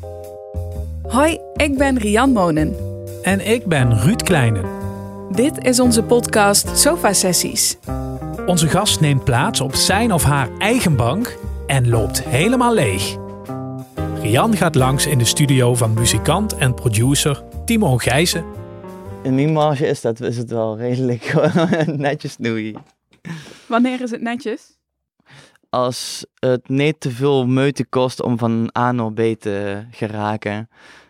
Hoi, ik ben Rian Monen. En ik ben Ruud Kleinen. Dit is onze podcast Sofa Sessies. Onze gast neemt plaats op zijn of haar eigen bank en loopt helemaal leeg. Rian gaat langs in de studio van muzikant en producer Timo Gijzen. In mijn marge is het wel redelijk netjes snoei. Wanneer is het netjes? Als het niet te veel moeite kost om van A naar B te geraken,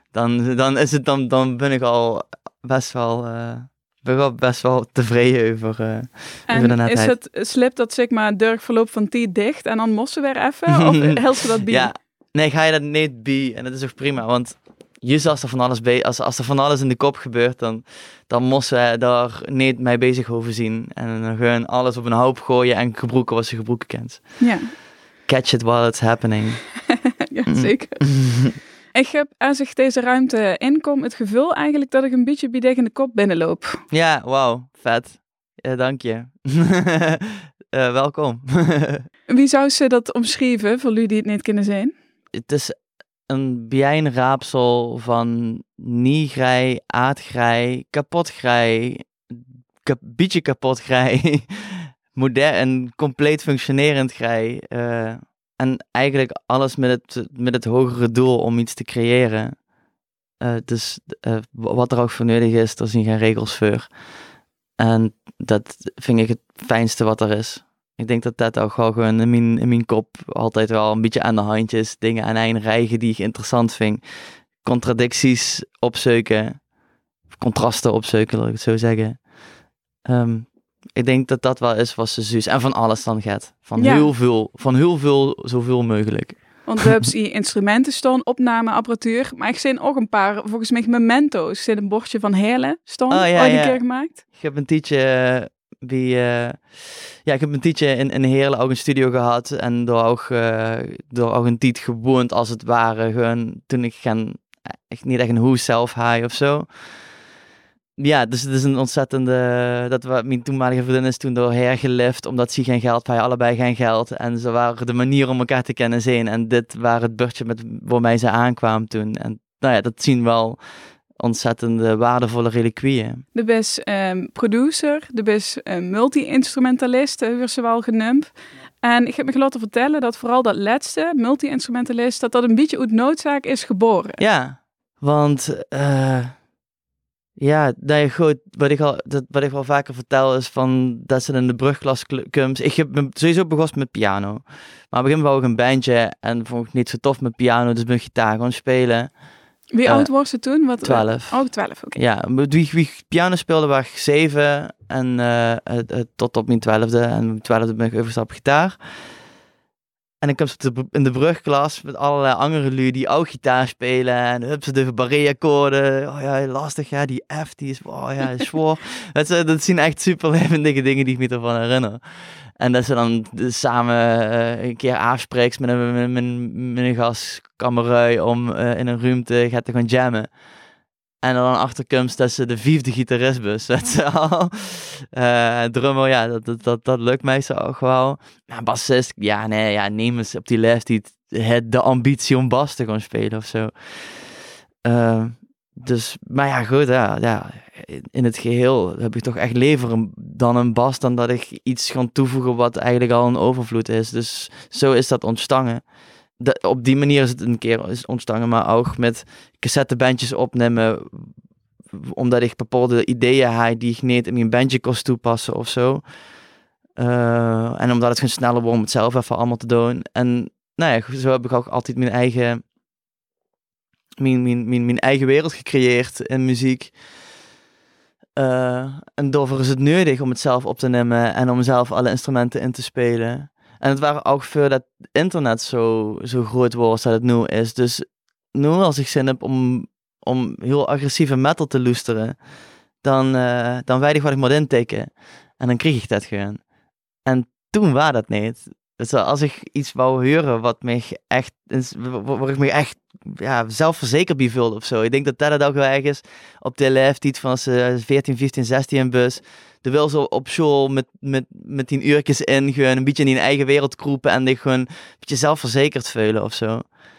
dan ben ik al best wel tevreden over de netheid. Is het slip dat zeg maar deur verloop van die dicht en dan moesten we weer even? Of helpt ze dat bij? Ja, nee, ga je dat niet bij en dat is ook prima, want juist als er van alles als er van alles in de kop gebeurt, dan moesten we daar niet mee bezig over zien. En dan gewoon alles op een hoop gooien en gebroeken wat ze gebroeken kent. Ja. Catch it while it's happening. Ja, zeker. Ik heb, als ik deze ruimte inkom, het gevoel eigenlijk dat ik een beetje bij tegen de kop binnenloop. Ja, wauw, vet. Dank je. Welkom. Wie zou ze dat omschrijven, voor jullie die het niet kunnen zijn? Het is een bijeenraapsel van niegrij, aardgrij, kapotgrij, beetje kapotgrij, modern en compleet functionerend grij. En eigenlijk alles met het hogere doel om iets te creëren. Dus wat er ook voor nodig is, daar zien geen regels voor. En dat vind ik het fijnste wat er is. Ik denk dat dat ook gewoon in mijn kop altijd wel een beetje aan de hand is. Dingen aan een rijgen die ik interessant vind. Contradicties opzoeken. Contrasten opzoeken, laat ik het zo zeggen. Ik denk dat dat wel is wat ze zus. En van alles dan gaat. Van heel veel, zoveel mogelijk. Want we hebben hier instrumenten staan, opnameapparatuur. Maar ik zie ook een paar, volgens mij memento's. Ik zie een bordje van Heerlen staan, ooit een keer gemaakt. Ik heb een tijdje in Heerlen ook een studio gehad. En door ook een tijd gewoond als het ware. Gewoon toen ik echt niet echt een hoe zelf high of zo. Ja, dus het is een ontzettende... Dat mijn toenmalige vriendin is toen doorheen gelift, omdat ze geen geld, wij allebei geen geld. En ze waren de manier om elkaar te kennen zijn. En dit waren het beurtje waarmee ze aankwam toen. En nou ja, dat zien wel ontzettende waardevolle reliquieën. De best producer, de best multi-instrumentalist, hebben ze wel genoemd. En ik heb me laten vertellen dat vooral dat laatste, multi-instrumentalist, dat een beetje uit noodzaak is geboren. Ja, want... Ja, wat ik wel vaker vertel is van dat ze in de brugklas komt. Ik heb sowieso begonnen met piano. Maar op het begin wou ik een bandje en vond ik niet zo tof met piano, dus ben ik gitaar gaan spelen. Wie oud was ze toen? 12. Oh, 12, oké. Ja, wie piano speelde was ik 7 en tot op mijn 12e. En op mijn 12e ben ik overgestapt op gitaar. En ik kom in de brugklas met allerlei andere lui die ook gitaar spelen. En hup, ze de barré-akkoorden. Oh ja, lastig, ja, die F, die is, oh ja, zwaar. Dat zijn echt super levendige dingen die ik me ervan herinner. En dat ze dan samen een keer afspreekt met een gastkamerui om in een ruimte te gaan jammen. En dan achterkomt dat ze de 5e gitarist is. Drummer, ja, dat lukt meestal ook wel. Maar bassist, neem eens op die leeftijd de ambitie om bas te gaan spelen of zo. Dus, maar ja, goed, ja, in het geheel heb ik toch echt liever dan een bas dan dat ik iets kan toevoegen wat eigenlijk al een overvloed is. Dus zo is dat ontstangen. Op die manier is het een keer ontstangen, maar ook met cassettebandjes opnemen, omdat ik bepaalde ideeën heb die ik niet in mijn bandje kon toepassen of zo. En omdat het gewoon sneller wordt om het zelf even allemaal te doen. En nou ja, zo heb ik ook altijd mijn eigen wereld gecreëerd in muziek. En daarvoor is het nodig om het zelf op te nemen en om zelf alle instrumenten in te spelen. En het waren ook voor dat internet zo groot wordt als dat het nu is. Dus nu als ik zin heb om heel agressieve metal te luisteren, dan weet ik wat ik moet intikken. En dan kreeg ik dat gewoon. En toen was dat niet. Dus als ik iets wou horen waar ik me echt zelfverzekerd bij voelde of zo. Ik denk dat het ook wel erg is op de leeftijd van 14, 15, 16 bus. De wil zo op school met 10 uurtjes in, gewoon een beetje in die eigen wereld kroepen en zich gewoon een beetje zelfverzekerd voelen of zo.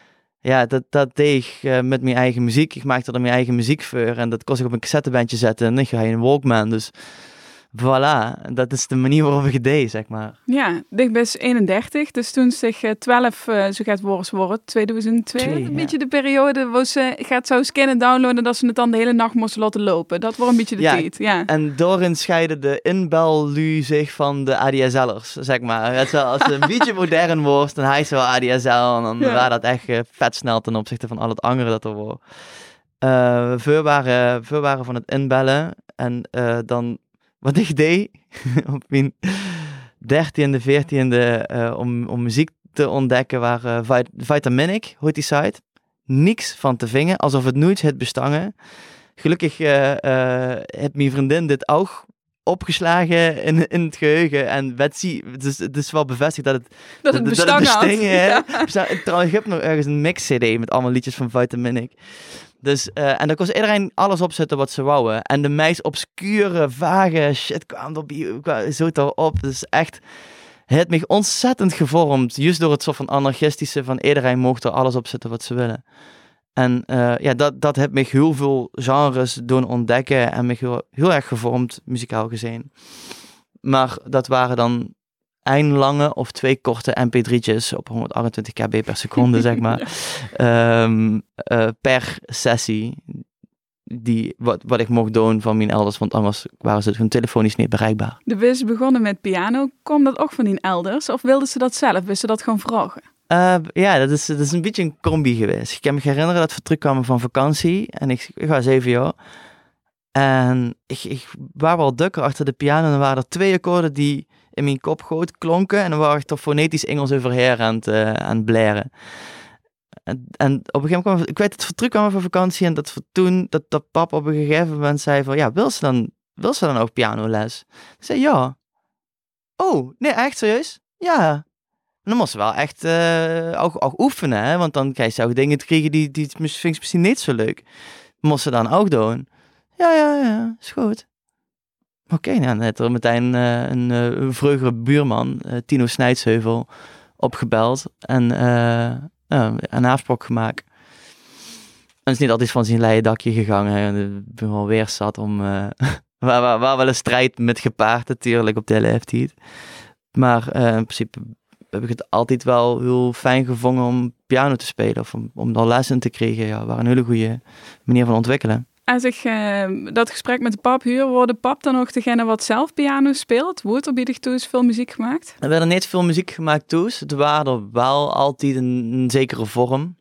dat deed ik met mijn eigen muziek. Ik maakte er mijn eigen muziek voor en dat kon ik op een cassettebandje zetten en dan ga je in een Walkman. Dus voilà, dat is de manier waarop ik het deed, zeg maar. Ja, ik ben 31, dus toen zich 12 zo gaat worden, 2002. Een beetje de periode waar ze gaat zo scannen downloaden dat ze het dan de hele nacht moesten laten lopen. Dat wordt een beetje de tijd. Ja. En daarin scheiden de inbellu zich van de ADSL'ers, zeg maar. Als het een beetje modern wordt, dan hij zo ADSL en dan waren dat echt vet snel ten opzichte van al het andere dat er was. Veel waren van het inbellen en dan... Wat ik deed op mijn 13e, 14e om muziek te ontdekken waren Vitaminic, hoort die site. Niks van te vingen, alsof het nooit had bestangen. Gelukkig heeft mijn vriendin dit ook opgeslagen in het geheugen. En het is wel bevestigd dat het bestangen had. Ja. Trouwens, ik heb nog ergens een mix-cd met allemaal liedjes van Vitaminic. Dus, en dan kon iedereen alles opzetten wat ze wouden. En de meest obscure, vage shit kwam zo erop. Dus echt, het heeft me ontzettend gevormd. Juist door het soort van anarchistische van iedereen mocht er alles opzetten wat ze willen. En dat heeft me heel veel genres doen ontdekken en me heel erg gevormd, muzikaal gezien. Maar dat waren dan 1 lange of 2 korte mp3'tjes op 128 kb per seconde, zeg maar. Per sessie. Wat ik mocht doen van mijn elders, want anders waren ze hun telefonisch niet bereikbaar. De wist begonnen met piano. Kwam dat ook van die elders? Of wilden ze dat zelf? Wisten ze dat gewoon vragen? Dat is een beetje een combi geweest. Ik kan me herinneren dat we terugkwamen van vakantie. En ik was 7 jaar. En ik was wel dukker achter de piano. En er waren er 2 akkoorden die in mijn kop groot klonken. En dan waren ik toch fonetisch Engels overheer aan het blaren. En op een gegeven moment ik weet dat we terugkwamen van vakantie. En dat pap op een gegeven moment zei van... Ja, wil ze dan ook pianoles? Ik zei ja. Oh, nee, echt serieus? Ja. En dan moest ze wel echt ook oefenen, hè? Want dan krijg je ook dingen te krijgen die vind ik misschien niet zo leuk. Moest ze dan ook doen? Ja, is goed. Oké, dan heeft er meteen een vroegere buurman, Tino Snijtsheuvel, opgebeld en een afspraak gemaakt. En het is niet altijd van zijn leien dakje gegaan. Ik ben wel weer zat om... waar wel een strijd met gepaard natuurlijk op de leeftijd. Maar in principe heb ik het altijd wel heel fijn gevonden om piano te spelen. Of om daar lessen te krijgen. Ja, waar een hele goede manier van ontwikkelen. Als ik dat gesprek met de pap huur, wordt de pap dan ook degene wat zelf piano speelt? Wordt er biedig toe veel muziek gemaakt? Er werd niet veel muziek gemaakt toen. Het waren er wel altijd een zekere vorm.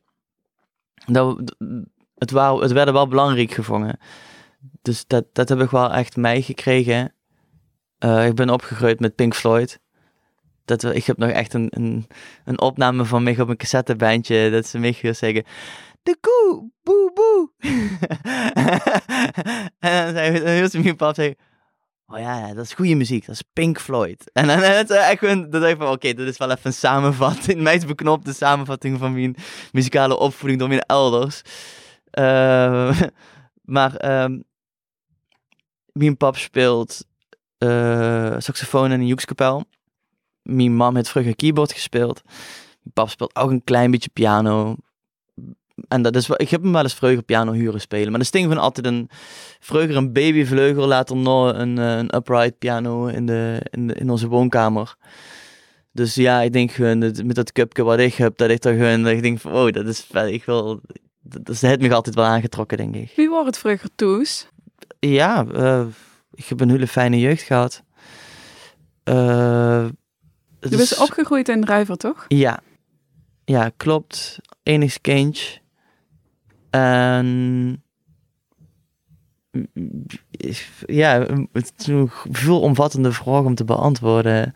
Het werd wel belangrijk gevonden. Dus dat heb ik wel echt meegekregen. Ik ben opgegroeid met Pink Floyd. Ik heb nog echt een opname van mij op een cassettebandje. Dat ze mij gaan zeggen... De koe, boe, boe. En dan zei mijn pap zeggen... Oh ja, dat is goede muziek. Dat is Pink Floyd. En dan echt dat dacht ik van... Oké, dat is wel even een samenvatting. De meest beknopte samenvatting van mijn muzikale opvoeding door mijn elders. Maar mijn pap speelt saxofoon in een joekskapel. Mijn mam heeft vroeger keyboard gespeeld. Mijn pap speelt ook een klein beetje piano. En ik heb hem wel eens vroeger piano huren spelen. Maar dat sting van altijd vroeger een babyvleugel, later nog een upright piano in onze woonkamer. Dus ja, ik denk gewoon met dat cupje wat ik heb, dat ik denk van, oh, dat is vet. Dat heeft me altijd wel aangetrokken, denk ik. Wie wordt het vroeger toes? Ja, ik heb een hele fijne jeugd gehad. Je bent opgegroeid in Ruiver, toch? Ja, klopt. Enig kindje. En ja, het is een veel omvattende vraag om te beantwoorden.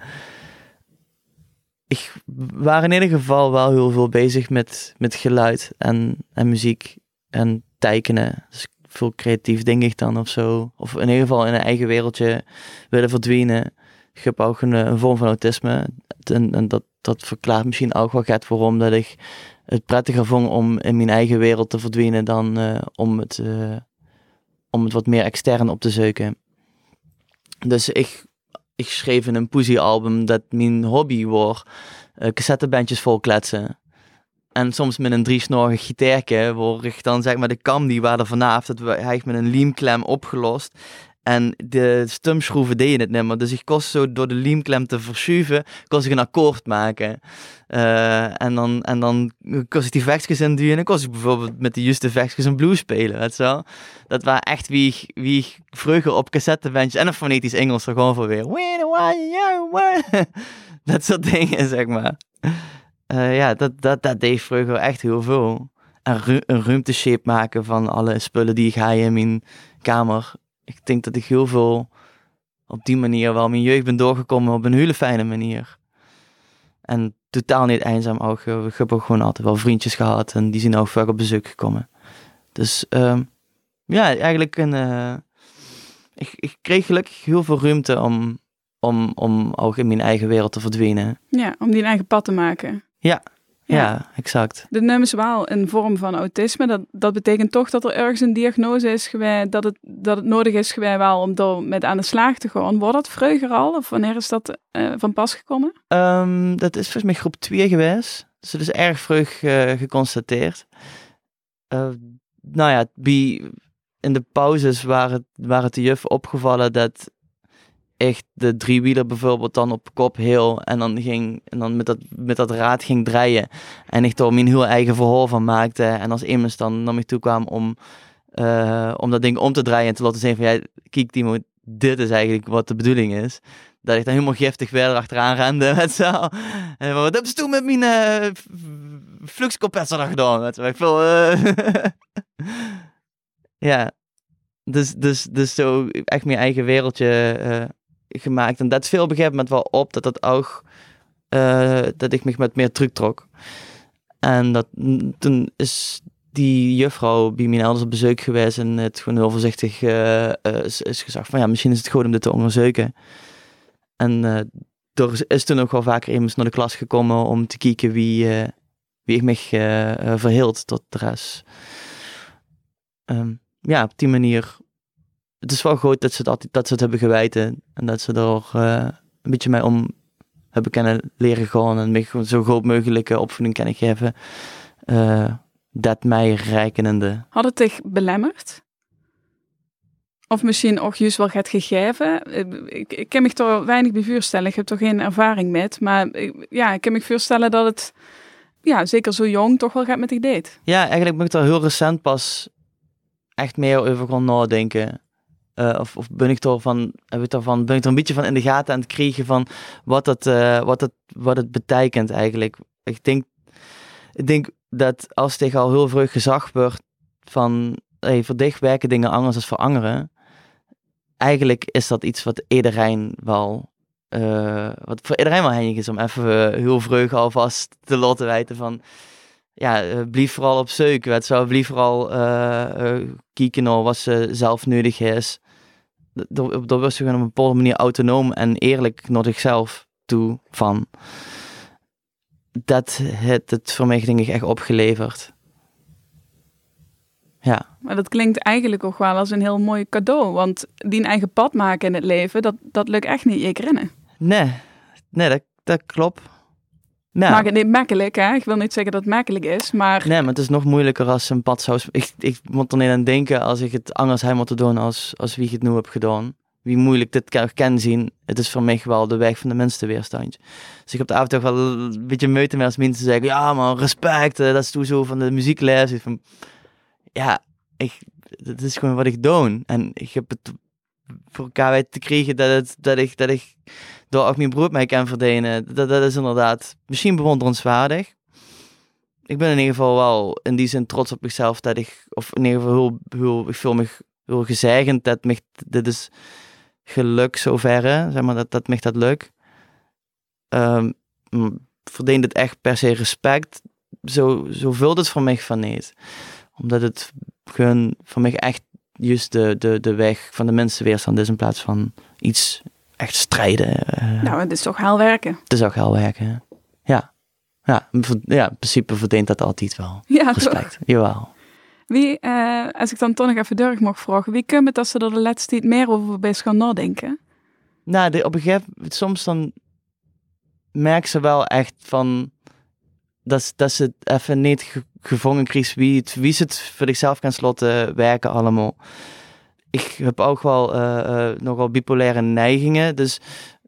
Ik was in ieder geval wel heel veel bezig met geluid en muziek en tekenen. Dus veel creatief denk ik dan of zo. Of in ieder geval in een eigen wereldje willen verdwijnen. Ik heb ook een vorm van autisme. En dat verklaart misschien ook wel waarom dat ik het prettiger vond om in mijn eigen wereld te verdwijnen dan om het wat meer extern op te zoeken. Dus ik schreef in een poesiealbum dat mijn hobby was cassettebandjes vol kletsen. En soms met een 3-snorige gitaarke word ik dan zeg maar de kam die waar er vanaf, dat hij heeft met een liemklem opgelost. En de stumschroeven deden het niet meer. Dus ik kost zo door de liemklem te verschuiven, kost ik een akkoord maken. En dan kost ik die vekjes induwen. En dan kost ik bijvoorbeeld met de juiste vekjes een blues spelen. Weet je wel? Dat waren echt wie ik vroeger op cassettebandjes en een fonetisch Engels er gewoon voor weer. Dat soort dingen, zeg maar. Dat deed vroeger echt heel veel. En een ruimteshape maken van alle spullen die ik ga in mijn kamer. Ik denk dat ik heel veel op die manier wel mijn jeugd ben doorgekomen op een hele fijne manier. En totaal niet eenzaam ook. We hebben gewoon altijd wel vriendjes gehad en die zijn ook vaak op bezoek gekomen. Dus eigenlijk ik kreeg gelukkig heel veel ruimte om ook in mijn eigen wereld te verdwijnen. Ja, om die een eigen pad te maken. Ja, exact. De nemen ze wel een vorm van autisme. Dat betekent toch dat er ergens een diagnose is geweest, dat het nodig is geweest wel om daar met aan de slag te gaan. Wordt dat vroeger al? Of wanneer is dat van pas gekomen? Dat is volgens mij groep 2 geweest. Dus het is erg vroeg geconstateerd. In de pauzes waren de juf opgevallen dat echt de 3-wieler bijvoorbeeld dan op kop heel en dan met dat raad ging draaien en ik er mijn heel eigen verhaal van maakte en als iemand dan naar mij toe kwam om dat ding om te draaien en te laten zeggen van ja, kijk Timo, dit is eigenlijk wat de bedoeling is, dat ik dan helemaal giftig weer erachteraan rende met zo en wat heb je toen met mijn fluxcompressor gedaan, weet je wel, ik veel ja, dus zo echt mijn eigen wereldje gemaakt. En dat viel op een gegeven moment wel op, dat ook, dat ik me met meer terugtrok. En toen is die juffrouw bij mijn ouders op bezoek geweest en het gewoon heel voorzichtig is gezegd van ja, misschien is het goed om dit te onderzoeken. En er is toen ook wel vaker iemand naar de klas gekomen om te kijken wie ik me verhield tot de rest. Op die manier. Het is wel goed dat ze het hebben gewijten en dat ze er een beetje mee om hebben kunnen leren gaan en me zo goed mogelijke opvoeding kunnen geven. Dat mij rekenende. Had het zich belemmerd? Of misschien ook juist wel het gegeven? Ik kan me toch weinig bij voorstellen. Ik heb er geen ervaring met. Maar ik kan me voorstellen dat het, zeker zo jong, toch wel gaat met ik deed. Ja, eigenlijk ben ik er heel recent pas echt meer over gaan nadenken. Of ben ik er een beetje van in de gaten aan het krijgen van wat het betekent eigenlijk. Ik denk dat als het al heel vroeg gezag wordt van voor dich werken dingen anders dan voor anderen. Eigenlijk is dat iets wat iedereen wel wat voor iedereen wel handig is om even heel vroeg alvast te laten weten van blijf vooral op zoek. Blijf vooral kijken naar wat ze zelf nodig is. Daar was je gewoon op een bepaalde manier autonoom en eerlijk naar zichzelf toe van. Dat heeft het voor mij denk ik echt opgeleverd. Ja. Maar dat klinkt eigenlijk ook wel als een heel mooi cadeau. Want die eigen pad maken in het leven, dat lukt echt niet ik rennen. Nee, dat klopt. Nou, maak het niet makkelijk, hè? Ik wil niet zeggen dat het makkelijk is, maar... Nee, maar het is nog moeilijker als een pad zou... Ik moet er niet aan denken als ik het anders heb moeten doen als wie ik het nu heb gedaan. Wie moeilijk dit kan zien, het is voor mij wel de weg van de minste weerstand. Dus ik heb de avond toch wel een beetje moeite met als mensen zeggen, ja maar respect, dat is toen zo van de muziekles. Van, ja, dat is gewoon wat ik doe. En ik heb het voor elkaar weten te krijgen dat ik door ook mijn broer mee kan verdienen. Dat is inderdaad misschien bewonderenswaardig. Ik ben in ieder geval wel in die zin trots op mezelf dat of in ieder geval ik voel me heel gezegend dat dit is geluk zoverre, zeg maar, dat mij dat lukt. Verdient het echt per se respect? Zo vult het voor mij van niet. Omdat het gewoon voor mij echt juist de weg van de mensen weerstand is in plaats van iets echt strijden. Nou, het is toch hel werken? Het is ook hel werken, ja. Ja, in principe verdient dat altijd wel. Ja, respect. Toch? Jawel. Wie, als ik dan toch nog even durf mag vragen, wie komt het dat ze er de laatste tijd meer over best gaan nadenken? Nou, op een gegeven moment, soms dan merk ze wel echt van, dat ze het even niet gevangen krijgt wie ze het voor zichzelf kan sloten werken allemaal. Ik heb ook wel nogal bipolaire neigingen, dus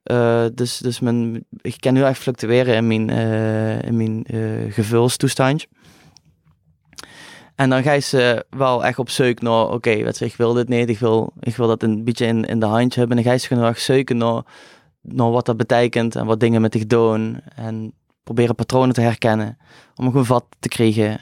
ik kan heel erg fluctueren in mijn gevoelstoestand. En dan ga je ze wel echt op zoek naar, oké, ik wil dit niet, ik wil dat een beetje in de handje hebben. En dan ga je ze gewoon zoeken naar wat dat betekent en wat dingen met zich doen. En proberen patronen te herkennen, om een goed vat te krijgen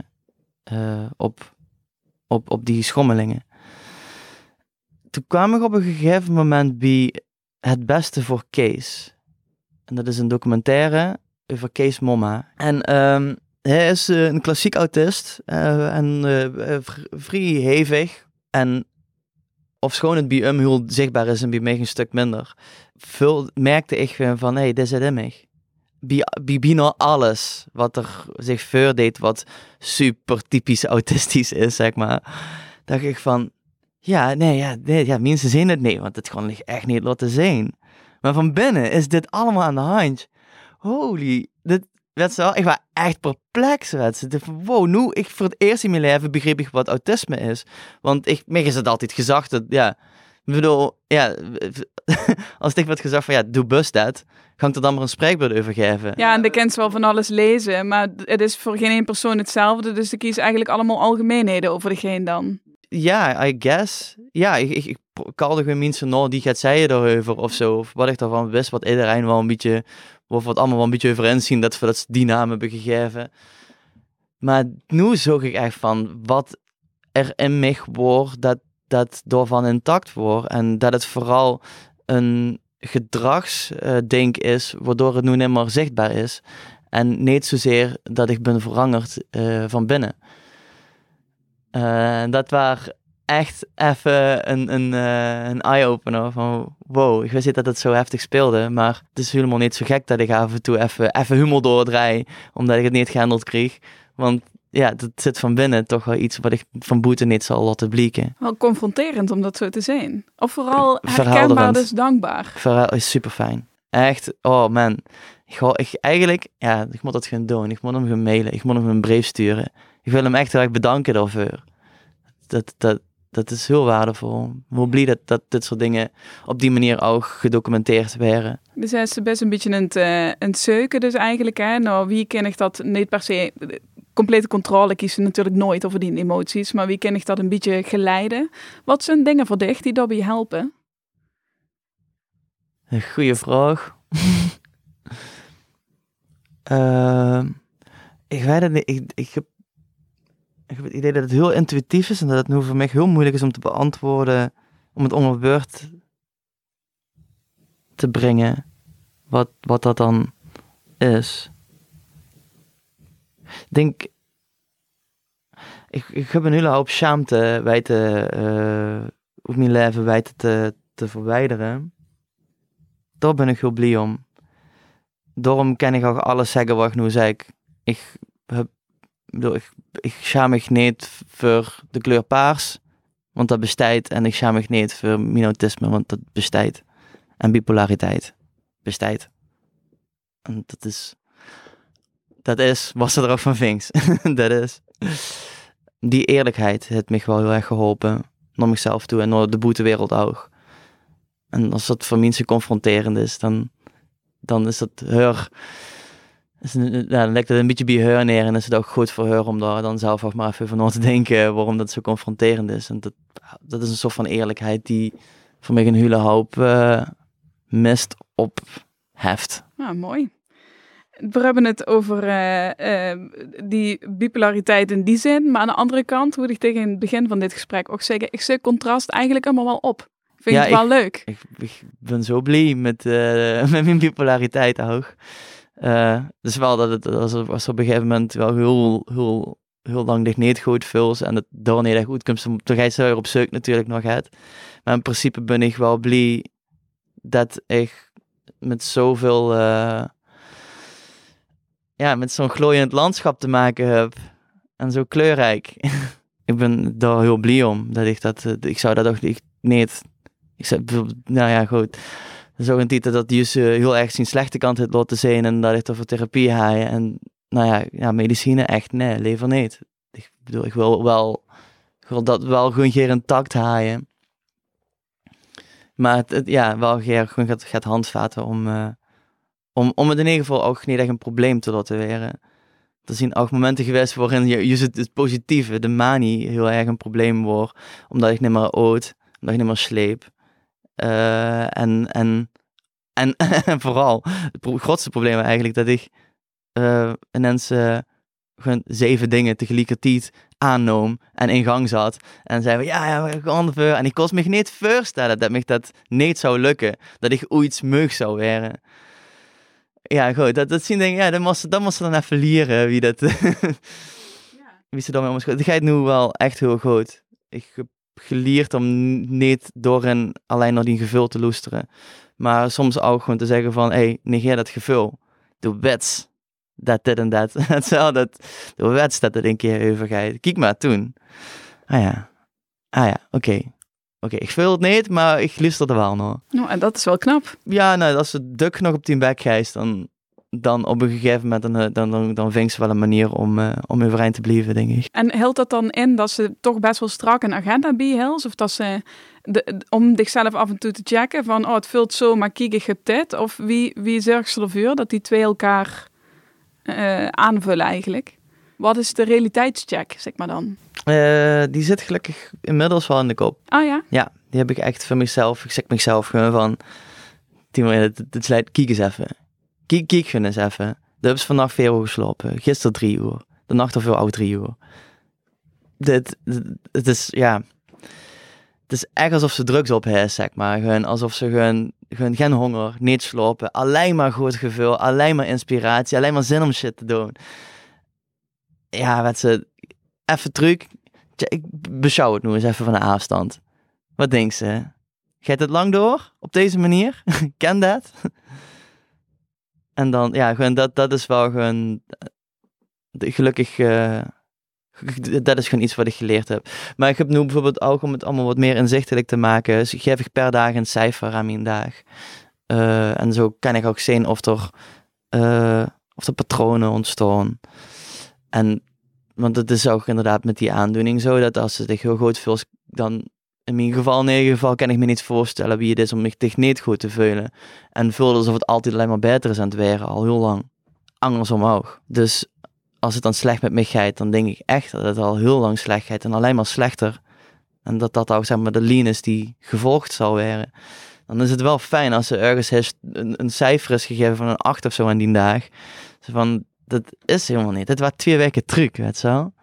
op die schommelingen. Toen kwam ik op een gegeven moment bij Het Beste voor Kees. En dat is een documentaire over Kees Momma. En hij is een klassiek autist en vrij hevig. En ofschoon het bij hem heel zichtbaar is en bij mij een stuk minder, merkte ik van, dit zit in mij. Bij bijna alles wat er zich voordeed, wat super typisch autistisch is, zeg maar, dacht ik van, mensen zien het niet, want het kan echt niet laten zien. Maar van binnen is dit allemaal aan de hand. Holy, ik was echt perplex. Wow, nu, ik voor het eerst in mijn leven begreep ik wat autisme is. Want mij is het altijd gezegd, als ik werd gezegd van, doe bus dat, ga ik er dan maar een spreekbeurt over geven. Ja, en de kent wel van alles lezen, maar het is voor geen één persoon hetzelfde, dus ik kies eigenlijk allemaal algemeenheden over degene dan. Ja, I guess. Ja, ik kalde gewoon mensen nou die gaat zeggen daarover of zo, of wat ik daarvan wist, wat iedereen wel een beetje, of wat allemaal wel een beetje over inzien, dat ze die naam hebben gegeven. Maar nu zoek ik echt van, wat er in mij wordt, dat daarvan intact wordt, en dat het vooral een gedragsding is, waardoor het nu niet meer zichtbaar is, en niet zozeer dat ik ben veranderd van binnen. Dat was echt even een eye-opener van, wow, ik wist niet dat het zo heftig speelde, maar het is helemaal niet zo gek dat ik af en toe even humor doordraai, omdat ik het niet gehandeld kreeg. Want ja, dat zit van binnen toch wel iets wat ik van buiten niet zal laten blikken. Wel confronterend om dat zo te zijn. Of vooral herkenbaar, dus dankbaar. Verhaal is super fijn. Echt, oh man. Ik moet dat gaan doen. Ik moet hem gaan mailen. Ik moet hem een brief sturen. Ik wil hem echt heel erg bedanken daarvoor. Dat is heel waardevol. Hoe blij dat dit soort dingen op die manier ook gedocumenteerd werden. Dus hij is best een beetje aan het zeuken dus eigenlijk. Hè? Nou, wie ken ik dat niet per se... Complete controle kiezen natuurlijk nooit over die emoties, maar wie ken ik dat een beetje geleiden? Wat zijn dingen voor dich die daarbij helpen? Een goeie vraag. Ik weet het niet. Ik heb het idee dat het heel intuïtief is en dat het nu voor mij heel moeilijk is om te beantwoorden, om het onder woord te brengen, wat dat dan is. Ik heb een hele hoop schaamte op mijn leven weten te verwijderen. Daar ben ik heel blij om. Daarom kan ik ook alles zeggen wat ik nu zeg. Ik schaam me niet voor de kleur paars, want dat bestaat. En ik schaam me niet voor mijn autisme, want dat bestaat. En bipolariteit bestaat. En dat is wat ze er ook van vindt. Dat is. Die eerlijkheid heeft me wel heel erg geholpen. Naar mezelf toe en naar de buitenwereld ook. En als dat voor mensen confronterend is, dan is dat dan lijkt het een beetje bij haar neer en is het ook goed voor haar om daar dan zelf ook maar even over na te denken waarom dat zo confronterend is. En dat is een soort van eerlijkheid die voor mij een hele hoop mist opheft. Ja, mooi. We hebben het over die bipolariteit in die zin, maar aan de andere kant moet ik tegen het begin van dit gesprek ook zeggen, ik zoek contrast eigenlijk allemaal wel op. Vind je het wel leuk? Ik ben zo blij met mijn bipolariteit ook. Dus wel dat het als op een gegeven moment wel heel lang dicht niet goed voelt en het door niet echt goed komt, dan ga je zo op zoek natuurlijk nog uit. Maar in principe ben ik wel blij dat ik met zoveel met zo'n glooiend landschap te maken heb en zo kleurrijk. Ik ben daar heel blij om dat ik zou dat ook niet. Goed. Dat is ook een titel dat juist heel erg zijn slechte kant heeft laten zien en dat ik er voor therapie ga en medicine echt, nee, liever niet. Ik bedoel, ik wil dat wel gewoon geen intact haaien. Maar wel gewoon gaat handvaten om het in ieder geval ook niet echt een probleem te laten worden. Er zijn ook momenten geweest waarin je het positieve, de manie, heel erg een probleem wordt. Omdat ik niet meer oud, omdat ik niet meer sleep. En vooral, het grootste probleem eigenlijk, dat ik ineens gewoon 7 dingen tegelijkertijd aannoom en in gang zat. En zei we, we gaan ervoor. En ik kon me niet voorstellen dat me dat niet zou lukken. Dat ik ooit mug zou werden. Ja, goed, dat zien dingen, dat moest ze dan even leren, wie ze dan mee omschrijft. Dat gaat nu wel echt heel goed. Ik heb geleerd om niet doorin alleen naar die gevul te loesteren. Maar soms ook gewoon te zeggen van, negeer dat gevul. Doe wets. Dit en dat. Doe wets dat het een keer over gaat. Kijk maar, toen. Oké, ik vul het niet, maar ik luister er wel naar. Nou, en dat is wel knap. Ja, als ze duk nog op die bek gijst, dan op een gegeven moment, dan vindt ze wel een manier om overeind te blijven, denk ik. En hield dat dan in dat ze toch best wel strak een agenda bijhield? Of dat ze, om zichzelf af en toe te checken van, het vult zo, maar kijk, ik heb dit? Of wie zorgt ze ervoor dat die twee elkaar aanvullen eigenlijk? Wat is de realiteitscheck, zeg maar dan? Die zit gelukkig inmiddels wel in de kop. Oh ja? Ja, die heb ik echt voor mezelf. Ik zeg mezelf gewoon van, kijk eens even. Kijk eens even. De heb vannacht 4 uur geslopen. Gisteren 3 uur. De nacht ervoor ook 3 uur. Het is, het is echt alsof ze drugs op heeft, zeg maar. Gewoon alsof ze gewoon geen honger, niet slopen. Alleen maar goed gevoel, alleen maar inspiratie, alleen maar zin om shit te doen. Ja, wat ze... Even truc. Ik beschouw het nu eens even van de afstand. Wat denk ze? Gaat het lang door? Op deze manier? Ken dat? En dan, gewoon dat is wel gewoon... Gelukkig... dat is gewoon iets wat ik geleerd heb. Maar ik heb nu bijvoorbeeld ook, om het allemaal wat meer inzichtelijk te maken, dus geef ik per dag een cijfer aan mijn dag. En zo kan ik ook zien of er patronen ontstaan. Want het is ook inderdaad met die aandoening zo, dat als het echt heel goed voelt, dan in mijn geval, in ieder geval, kan ik me niet voorstellen wie het is om me echt niet goed te voelen. En voelde alsof het altijd alleen maar beter is aan het worden, al heel lang. Andersom ook. Dus als het dan slecht met me gaat, dan denk ik echt dat het al heel lang slecht gaat en alleen maar slechter. En dat ook, zeg maar, de lijn is die gevolgd zal worden. Dan is het wel fijn als er ergens een cijfer is gegeven van een 8 of zo aan die dag. Dus van, dat is helemaal niet. Het was 2 weken truc, weet je wel.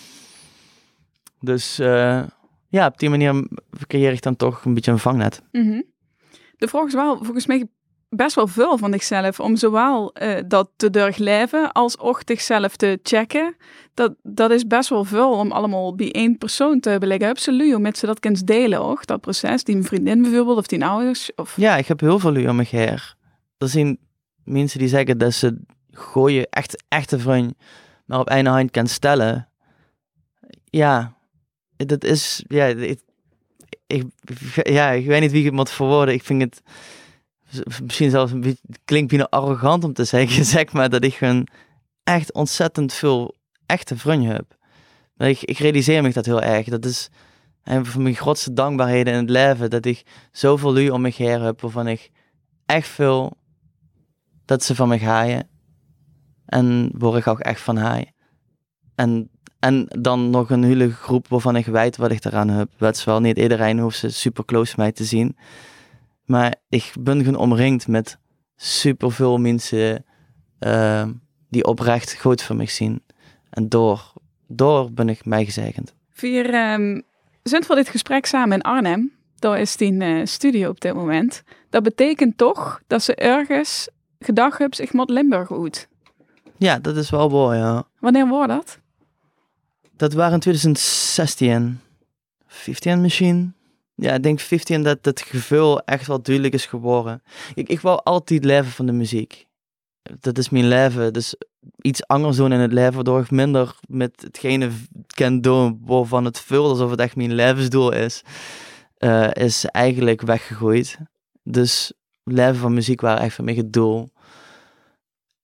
Dus op die manier creëer ik dan toch een beetje een vangnet. Mm-hmm. De vraag is wel, volgens mij, best wel veel van zichzelf om zowel dat te doorleven als ook zichzelf te checken. Dat is best wel veel om allemaal bij 1 persoon te beleggen. Absoluut, met ze dat kunt delen ook, dat proces. Die vriendin bijvoorbeeld, of die ouders. Of... Ja, ik heb heel veel lui om me heen. Er zijn mensen die zeggen dat ze gooien echte vriend maar op één hand kan stellen. Ja, dat is... Ik weet niet wie ik het moet verwoorden. Ik vind het misschien zelfs een beetje, klinkt bijna arrogant om te zeggen, zeg maar, dat ik gewoon echt ontzettend veel echte vrienden heb. Maar ik realiseer me dat heel erg. Dat is een van mijn grootste dankbaarheden in het leven, dat ik zoveel lui om me heen heb, waarvan ik echt veel dat ze van me gaaien. En waar ik ook echt van haai. En dan nog een hele groep waarvan ik weet wat ik eraan heb. Dat is wel niet iedereen hoeft ze super close mij te zien. Maar ik ben gewoon omringd met superveel mensen die oprecht goed voor mij zien. En door ben ik mij gezegend. We zijn voor dit gesprek samen in Arnhem. Daar is die studio op dit moment. Dat betekent toch dat ze ergens gedacht hebben, ik moet Limburg uit. Ja, dat is wel mooi, ja. Wanneer was dat? Dat waren in 2016. 15 misschien. Ja, ik denk 15 dat het gevoel echt wel duidelijk is geworden. Ik wou altijd leven van de muziek. Dat is mijn leven. Dus iets anders doen in het leven, waardoor ik minder met hetgene kan doen waarvan het voelt alsof het echt mijn levensdoel is eigenlijk weggegooid. Dus leven van muziek waren echt voor mij het doel.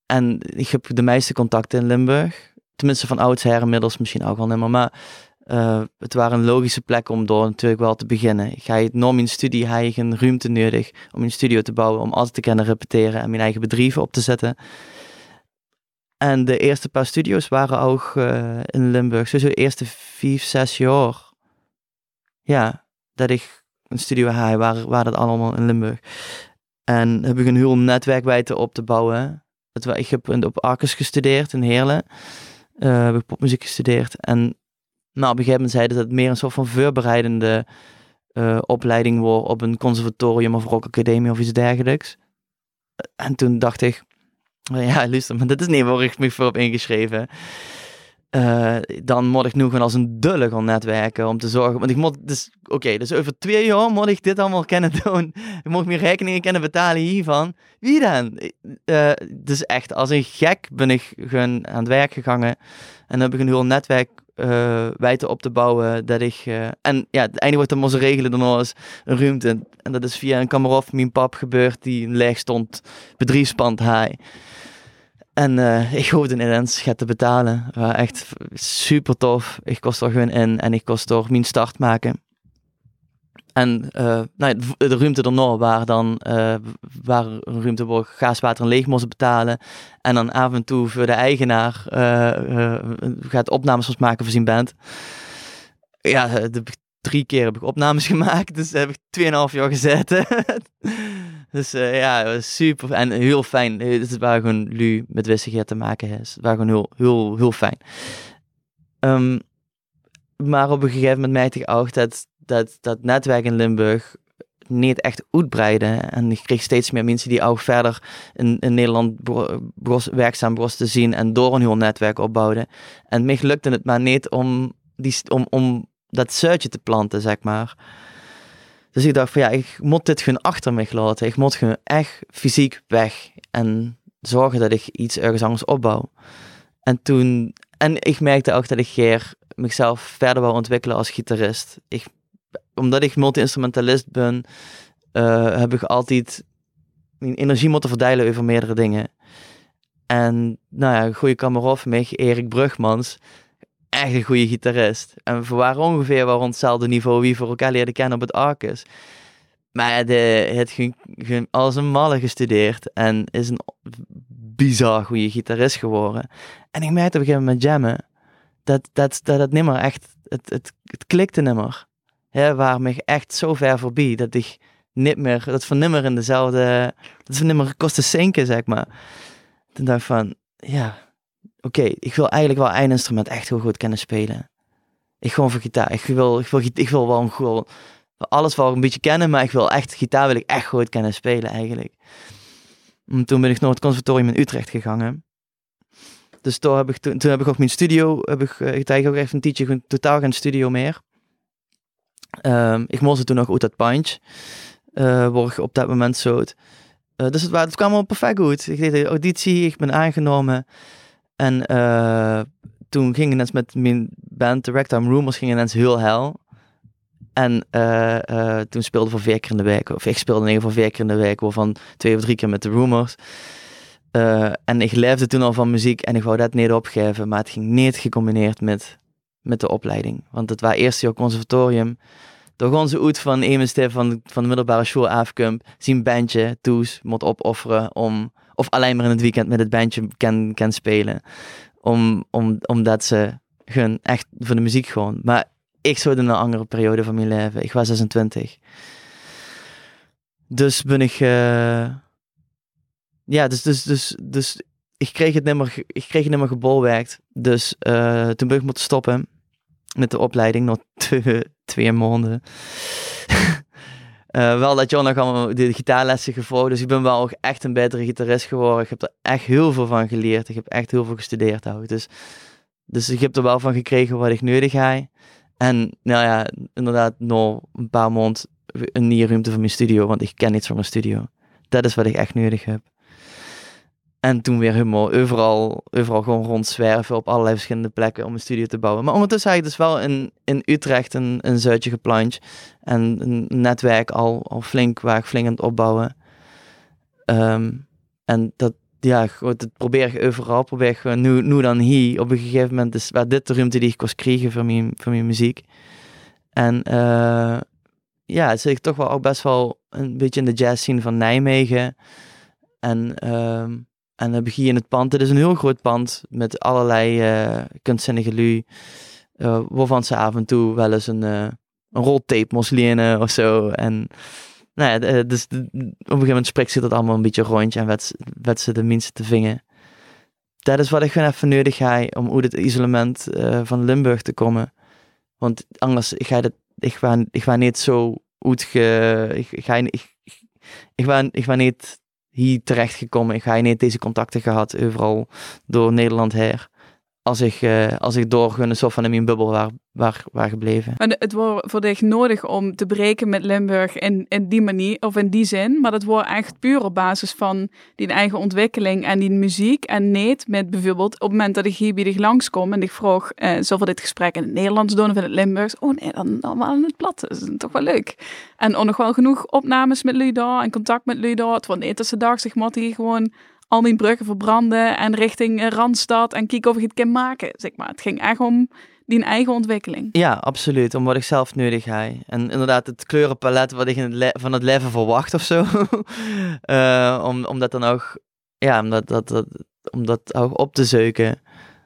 En ik heb de meeste contacten in Limburg. Tenminste van oudsher, inmiddels misschien ook wel niet meer. Maar het waren een logische plek om door natuurlijk wel te beginnen. Ga je norm in studie, heb je geen ruimte nodig om een studio te bouwen, om altijd te kunnen repeteren en mijn eigen bedrijven op te zetten. En de eerste paar studio's waren ook in Limburg. Sowieso de eerste 5-6 jaar. Ja, dat ik een studio had, waren dat allemaal in Limburg. En heb ik een heel netwerk weten op te bouwen. Ik heb op Arcus gestudeerd in Heerlen. Heb ik popmuziek gestudeerd. En nou, op een gegeven moment zeiden dat het meer een soort van voorbereidende opleiding wordt op een conservatorium of rockacademie of iets dergelijks. En toen dacht ik, ja, luister, maar dit is niet waar ik me voor heb ingeschreven. Dan moet ik nu gewoon als een dulle gaan netwerken om te zorgen. Want ik moet, dus over 2 jaar moet ik dit allemaal kunnen doen. Ik moet meer rekeningen kunnen betalen hiervan. Wie dan? Dus echt, als een gek ben ik gewoon aan het werk gegaan. En heb ik een heel netwerk weten op te bouwen. Dat ik, en ja, het einde wordt dan moest regelen dan als een ruimte. En dat is via een kameraf van mijn pap gebeurd die een leeg stond bedrijfspand hij. En ik hoefde ineens te betalen. Echt super tof. Ik kost er gewoon in en ik kost er mijn start maken. En de ruimte daarna waar een ruimte waar gas, water en leeg moesten betalen. En dan af en toe voor de eigenaar gaat opnames maken voor zijn band. Ja, 3 keer heb ik opnames gemaakt. Dus heb ik 2,5 jaar gezeten. Dus ja, super en heel fijn. Het is waar gewoon lu met wissigheid te maken is. Het was gewoon heel fijn. Maar op een gegeven moment merkte ik ook dat netwerk in Limburg niet echt uitbreiden. En ik kreeg steeds meer mensen die ook verder in Nederland werkzaam te zien en door een heel netwerk opbouwden. En mij lukte het maar niet om dat zuidje te planten, zeg maar. Dus ik dacht van ja, ik moet dit gewoon achter me laten. Ik moet gewoon echt fysiek weg en zorgen dat ik iets ergens anders opbouw. En ik merkte ook dat ik mezelf verder wil ontwikkelen als gitarist. Omdat ik multi-instrumentalist ben, heb ik altijd mijn energie moeten verdelen over meerdere dingen. En nou ja, een goede kamerad van mij, Erik Brugmans, echt een goede gitarist. En we waren ongeveer rond hetzelfde niveau wie voor elkaar leerden kennen op het Arcus. Maar hij heeft als een malle gestudeerd en is een bizar goede gitarist geworden. En ik merkte op een gegeven moment met jammen dat het nimmer echt, het klikte nimmer. Ja, waar me echt zo ver voorbij dat ik niet meer, dat van nimmer in dezelfde, dat van nimmer kosten zinken, zeg maar. Toen dacht ik van, ja, oké, ik wil eigenlijk wel één instrument echt heel goed kunnen spelen. Ik gewoon voor gitaar. Ik wil wel gewoon alles wel een beetje kennen, maar gitaar wil ik echt goed kunnen spelen eigenlijk. En toen ben ik naar het conservatorium in Utrecht gegaan. Dus toen heb ik ook mijn studio, ik eigenlijk ook echt een tijdje totaal geen studio meer. Ik moest toen nog uit dat punch, waar ik op dat moment zoot. Dus het kwam al perfect goed. Ik deed de auditie, ik ben aangenomen. En toen ging ineens met mijn band, de Ragtime Rumors, ging ineens heel hel. En toen speelde voor 4 keer in de week. Of ik speelde in ieder geval 4 keer in de week, waarvan 2 of 3 keer met de Rumors. En ik leefde toen al van muziek en ik wou dat niet opgeven. Maar het ging niet gecombineerd met de opleiding. Want het was eerste jaar conservatorium. Door gewoon zo uit van een stip van de middelbare school afkomt, zien bandje toes moet opofferen of alleen maar in het weekend met het bandje kan spelen. Omdat ze gewoon echt voor de muziek gewoon. Maar ik zat in een andere periode van mijn leven. Ik was 26. Dus ben ik dus ik kreeg het niet meer gebolwerkt. Dus toen ben ik moeten stoppen met de opleiding nog 2 maanden. Wel dat John nog allemaal de gitaarlessen gevolgd. Dus ik ben wel ook echt een betere gitarist geworden. Ik heb er echt heel veel van geleerd. Ik heb echt heel veel gestudeerd ook. Dus ik heb er wel van gekregen wat ik nodig heb. En nou ja, inderdaad nog een paar maanden een nieuwe ruimte voor mijn studio. Want ik ken niets van mijn studio. Dat is wat ik echt nodig heb. En toen weer helemaal overal gewoon rondzwerven op allerlei verschillende plekken om een studio te bouwen. Maar ondertussen had ik dus wel in Utrecht een zuidje geplant. En een netwerk al flink aan het opbouwen. En ja, goed, het probeer ik overal. Probeer ik gewoon nu dan hier. Op een gegeven moment is dit de ruimte die ik kost krijgen voor mijn muziek. En ja, het zit toch wel ook best wel een beetje in de jazz scene van Nijmegen. En dan heb ik hier in het pand. Het is een heel groot pand met allerlei kunstzinnige lui. Waarvan ze af en toe wel eens een roltape moest lenen of zo. En nou ja, dus op een gegeven moment spreekt ze dat allemaal een beetje rondje en werd ze de minste te vingen. Dat is wat ik gewoon even nodig heb om uit het isolement van Limburg te komen. Want anders ik ga niet zo ik ga niet hier terecht gekomen. Ik ga niet deze contacten gehad overal door Nederland heen. Als ik doorgun, zo van in mijn bubbel waar gebleven. Maar het wordt voor dich nodig om te breken met Limburg in die manier, of in die zin. Maar dat wordt echt puur op basis van die eigen ontwikkeling en die muziek. En niet met bijvoorbeeld op het moment dat ik hier bij dich langskom en ik vroeg, zo voor dit gesprek in het Nederlands doen of in het Limburgs. Oh nee, dan wel in het plat. Dat is toch wel leuk. En ook nog wel genoeg opnames met lui daar en contact met lui daar. Het wordt niet dat ze dag zich moet hier gewoon al mijn bruggen verbranden en richting Randstad en kijken of ik het kan maken, zeg maar. Het ging echt om die eigen ontwikkeling. Ja, absoluut. Om wat ik zelf nodig heb. En inderdaad, het kleurenpalet wat ik van het leven verwacht of zo. Om dat dan ook, ja, om dat ook op te zeuken.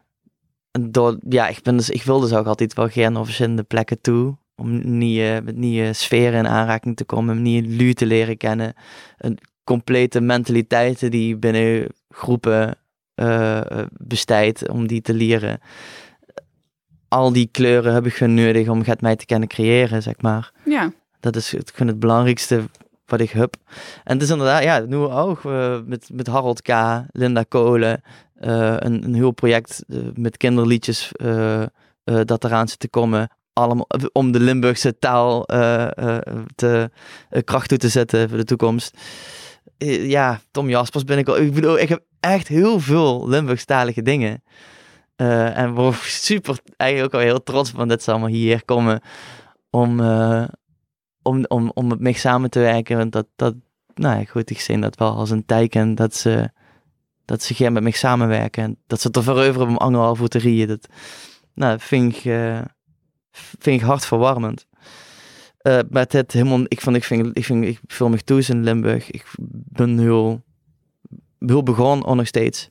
Ik wil dus ook altijd wel gerne op verschillende plekken toe. Om met nieuwe sferen in aanraking te komen, om nieuwe lui te leren kennen. Complete mentaliteiten die binnen groepen bestijdt, om die te leren. Al die kleuren heb ik gewoon nodig om het mij te kunnen creëren, zeg maar. Ja. Dat is gewoon het belangrijkste wat ik heb. En het is inderdaad, ja, nu ook met Harold K., Linda Kolen, een heel project met kinderliedjes dat eraan zit te komen. Allemaal om de Limburgse taal kracht toe te zetten voor de toekomst. Ja, Tom Jaspers ben ik al. Ik bedoel, ik heb echt heel veel Limburgstalige dingen. En we super, eigenlijk ook al heel trots van dat ze allemaal hier komen om met mij samen te werken. Want nou ja, goed, ik zie dat wel als een teken dat ze gaan met mij samenwerken. En dat ze het er veroveren om anderhalf uur te rieën. Dat vind ik hartverwarmend. Maar het helemaal, ik voel me thuis in Limburg. Ik ben heel begonnen nog steeds.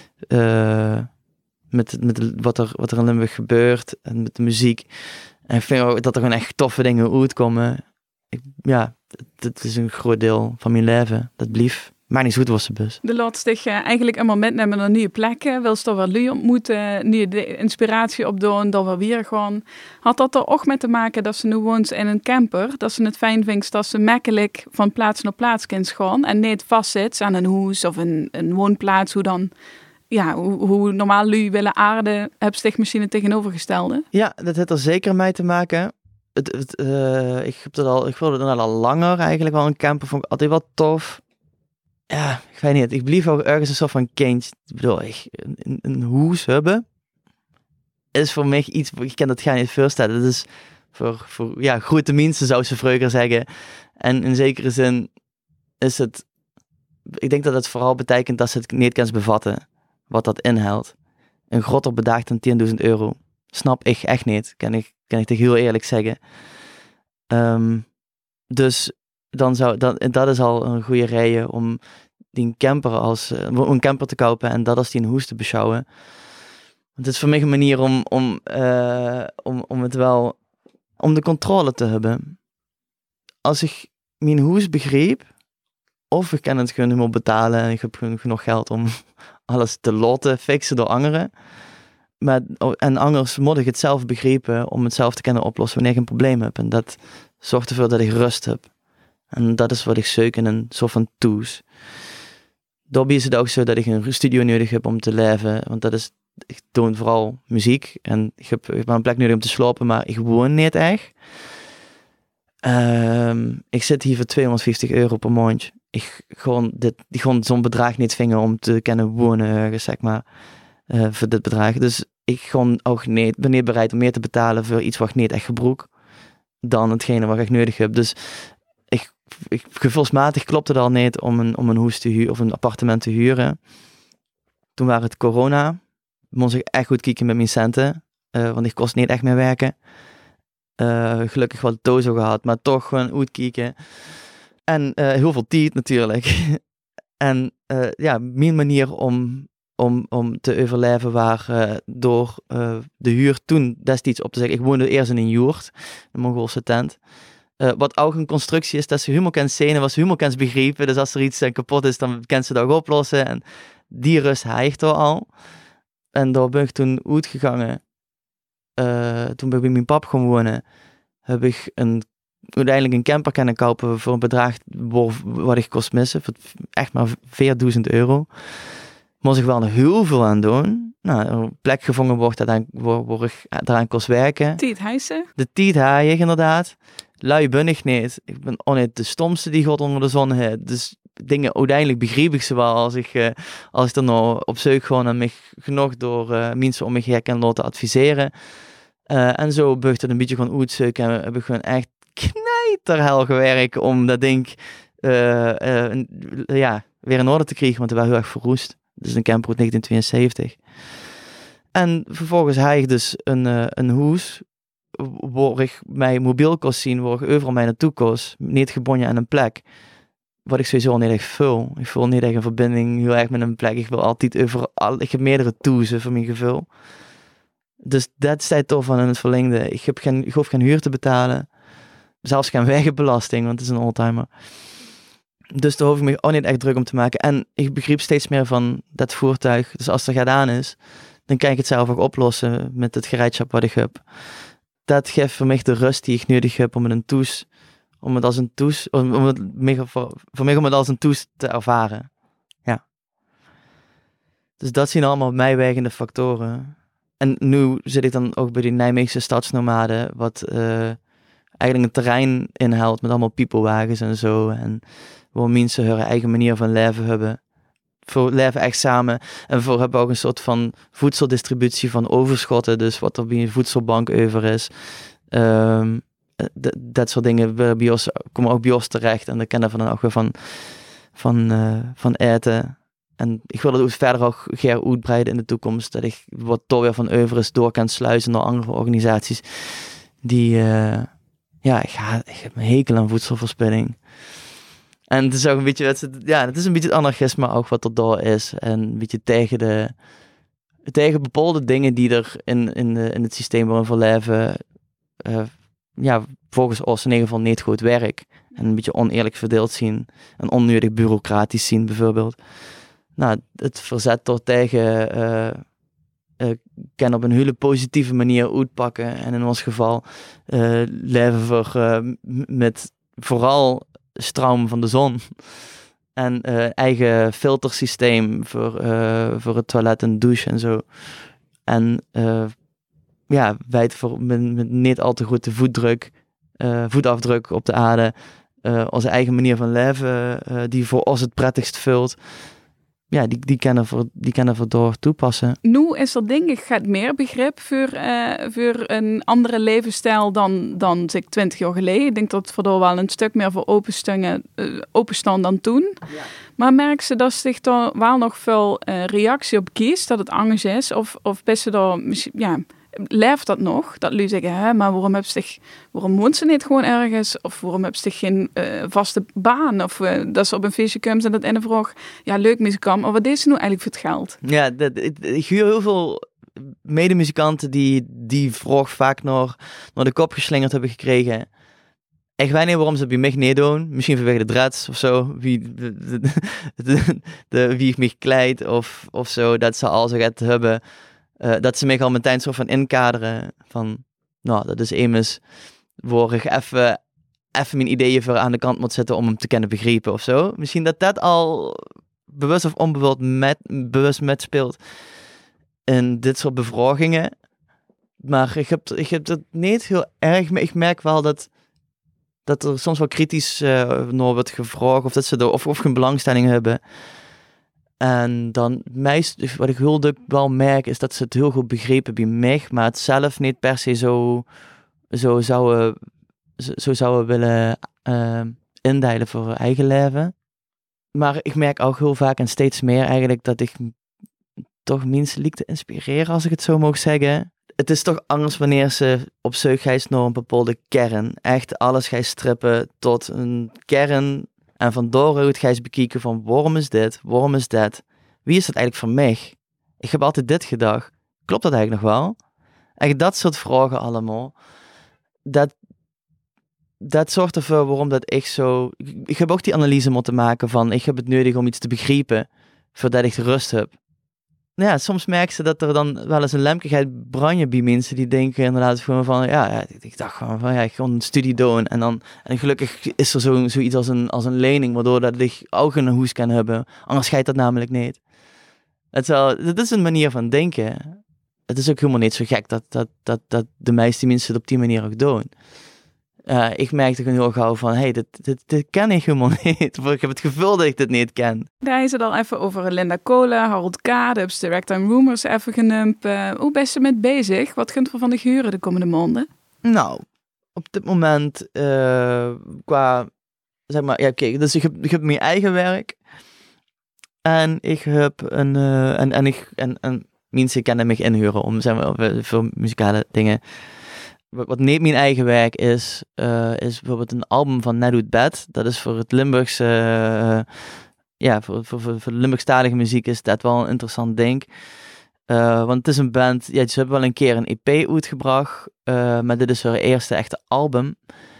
Met wat er in Limburg gebeurt en met de muziek. En ik vind ook dat er gewoon echt toffe dingen uitkomen. Het is een groot deel van mijn leven. Dat blief. Maar niet zo goed was de bus. De laat zich eigenlijk allemaal metnemen naar nieuwe plekken. Wil ze toch wel lui ontmoeten, nieuwe inspiratie opdoen, dat wel weer gewoon. Had dat er ook mee te maken dat ze nu woont in een camper? Dat ze het fijn vindt dat ze makkelijk van plaats naar plaats kan gaan en niet vastzit aan een huis of een woonplaats, hoe dan... Ja, hoe normaal lui willen aarden, heb zich misschien het tegenovergestelde. Ja, dat heeft er zeker mee te maken. Ik wilde dan al langer eigenlijk wel een camper, vond ik altijd wel tof. Ja, ik weet niet. Ik blief ook ergens een soort van kindje. Ik bedoel, een huis hebben is voor mij iets, ik kan dat niet voorstellen. Dat is voor grote mensen, zou ze vroeger zeggen. En in zekere zin is het, ik denk dat het vooral betekent dat ze het niet kan bevatten. Wat dat inhoudt. Een grotter bedaagt dan €10.000. Snap ik echt niet. Kan ik toch heel eerlijk zeggen. Dus dat is al een goede reden om die camper een camper te kopen en dat als die een hoes te beschouwen. Want het is voor mij een manier om het wel, om de controle te hebben. Als ik mijn hoes begreep, of ik kan het gewoon helemaal betalen en ik heb gewoon genoeg geld om alles te laten fixen door anderen. En anders moet ik het zelf begrijpen om het zelf te kunnen oplossen wanneer ik een probleem heb. En dat zorgt ervoor dat ik rust heb. En dat is wat ik zoek in een soort van toes. Daarbij is het ook zo dat ik een studio nodig heb om te leven. Want ik doe vooral muziek. En ik heb een plek nodig om te slapen, maar ik woon niet echt. Ik zit hier voor €250 per maand. Ik gewoon zo'n bedrag niet vingen om te kunnen wonen, zeg maar, voor dit bedrag. Dus ik gewoon ook ben niet bereid om meer te betalen voor iets wat ik niet echt gebruik dan hetgene wat ik nodig heb. Dus gevoelsmatig klopt het al niet om een huis te huren of een appartement te huren. toen waren het corona. Moest ik echt goed kijken met mijn centen. Want ik kost niet echt meer werken. Gelukkig wat tozo gehad, maar toch gewoon uitkijken. En heel veel tijd natuurlijk. En mijn manier om te overleven door de huur toen destijds op te zeggen. Ik woonde eerst in een joert, een Mongoolse tent. Wat ook een constructie is, dat ze helemaal kan zien, was helemaal kan begrijpen. Dus als er iets kapot is, dan kan ze dat ook oplossen. En die rust heigt er al. En daar ben ik toen uitgegangen. Toen ben ik bij mijn pap gaan wonen. Heb ik uiteindelijk een camper kunnen kopen voor een bedrag wat ik kost missen. Voor echt maar €4.000. Moest ik wel nog heel veel aan doen. Nou, een plek gevonden wordt waar ik eraan kost werken. Tijd hijsen. De tijd haal je inderdaad. Lui ben ik niet. Ik ben ook niet de stomste die God onder de zon heeft. Dus dingen uiteindelijk begreep ik ze wel als ik er nou op zoek gewoon en mij genoeg door mensen om me heen kan laten adviseren. En zo ben ik het een beetje gewoon uitzoeken en heb ik gewoon echt knijterhel gewerkt om dat ding weer in orde te krijgen, want het was heel erg verroest. Dus een camper uit 1972. En vervolgens had ik dus een huis waar ik mij mobiel kon zien, waar ik overal mij naartoe kost, niet gebonden aan een plek. Wat ik sowieso niet echt voel. Ik voel niet echt een verbinding heel erg met een plek. Ik wil altijd overal. Ik heb meerdere toezen voor mijn gevoel. Dus dat staat toch van in het verlengde. Ik hoef geen huur te betalen. Zelfs geen wegenbelasting, want het is een oldtimer. Dus daar hoef ik me ook niet echt druk om te maken. En ik begreep steeds meer van dat voertuig. Dus als er gaat aan is, dan kan ik het zelf ook oplossen met het gereedschap wat ik heb. Dat geeft voor mij de rust die ik nodig heb om het als een toes te ervaren. Ja. Dus dat zijn allemaal mijweigende factoren. En nu zit ik dan ook bij die Nijmeegse stadsnomaden, wat eigenlijk een terrein inhoudt met allemaal piepelwagens en zo. En waar mensen hun eigen manier van leven hebben. Voor leven echt samen. En voor hebben we ook een soort van voedseldistributie van overschotten. Dus wat er bij een voedselbank over is. Dat soort dingen komen ook bij ons terecht. En daar kennen we dan ook weer van eten. En ik wil het ook verder ook uitbreiden in de toekomst. Dat ik wat toch weer van over is door kan sluizen naar andere organisaties. Die, ik heb een hekel aan voedselverspilling. En het is ook een beetje, het is een beetje het anarchisme ook wat er door is. En een beetje tegen bepaalde dingen die er in het systeem waarin we leven, volgens ons in ieder geval niet goed werk. En een beetje oneerlijk verdeeld zien. En onnodig bureaucratisch zien bijvoorbeeld. Nou, het verzet door tegen kan op een hele positieve manier uitpakken. En in ons geval leven we met vooral stroom van de zon. En eigen filtersysteem voor het toilet en douche en zo. En wijd met niet al te goed de voetafdruk op de aarde. Onze eigen manier van leven, die voor ons het prettigst vult. Ja, die kunnen we door toepassen. Nu is er denk ik gaat meer begrip voor een andere levensstijl dan zeg 20 jaar geleden. Ik denk dat het vooral wel een stuk meer voor openstaan dan toen. Ja. Maar merk ze dat zich er wel nog veel reactie op kiest, dat het angst is? Of best ze daar, leeft dat nog? Dat jullie zeggen, maar waarom woont ze niet gewoon ergens? Of waarom heb ze geen vaste baan? Of dat ze op een feestje komt en dat ene vraag, leuk muzikant, maar wat deed ze nu eigenlijk voor het geld? Ja, ik huur heel veel medemuzikanten die vraag vaak naar de kop geslingerd hebben gekregen. Ik weet niet waarom ze bij mij niet doen. Misschien vanwege de dreads of zo. Wie ik me kleid of zo. Dat ze al zo gaat hebben. Dat ze mij al meteen zo van inkaderen. Van, dat is immers waar ik even mijn ideeën voor aan de kant moet zetten om hem te kunnen begrijpen of zo. Misschien dat al bewust of onbewust met speelt in dit soort bevragingen. Maar ik heb dat niet heel erg. Maar ik merk wel dat er soms wel kritisch naar wordt gevraagd of dat ze er of geen belangstelling hebben. En dan wat ik heel druk wel merk is dat ze het heel goed begrepen bij mij, maar het zelf niet per se zo zouden willen indelen voor hun eigen leven. Maar ik merk ook heel vaak en steeds meer eigenlijk dat ik toch mensen liek te inspireren, als ik het zo mag zeggen. Het is toch anders wanneer ze op zoek gaan naar een bepaalde kern. Echt alles gaan strippen tot een kern. En van daaruit ga je bekijken van waarom is dit? Waarom is dat? Wie is dat eigenlijk voor mij? Ik heb altijd dit gedacht. Klopt dat eigenlijk nog wel? Echt dat soort vragen allemaal. Dat zorgt ervoor waarom dat ik zo... Ik heb ook die analyse moeten maken van... Ik heb het nodig om iets te begrijpen voordat ik de rust heb. Ja, soms merk je dat er dan wel eens een lampje gaat branden bij mensen die denken inderdaad gewoon van... Ja, ik dacht gewoon van, ik ga een studie doen. En gelukkig is er zoiets als een lening, waardoor dat ik ook een hoes kan hebben. Anders ga je dat namelijk niet. Dat is een manier van denken. Het is ook helemaal niet zo gek dat de meeste mensen het op die manier ook doen. Ik merkte gewoon heel gauw van, dit ken ik helemaal niet. Ik heb het gevoel dat ik dit niet ken. Daar is het al even over Linda Kolen, Harold Kadebs, de Ragtime Rumors even genoemd. Hoe ben je met bezig? Wat kunt er van de huren de komende maanden? Nou, op dit moment qua, zeg maar, ja, kijk, dus ik heb mijn eigen werk. En ik heb en mensen kennen me inhuren om, zeg maar, voor muzikale dingen. Wat niet mijn eigen werk is bijvoorbeeld een album van Net Doet Bed. Dat is voor het Limburgse, voor de Limburgstalige muziek is dat wel een interessant ding. Want het is een band, ze hebben wel een keer een EP uitgebracht, maar dit is hun eerste echte album.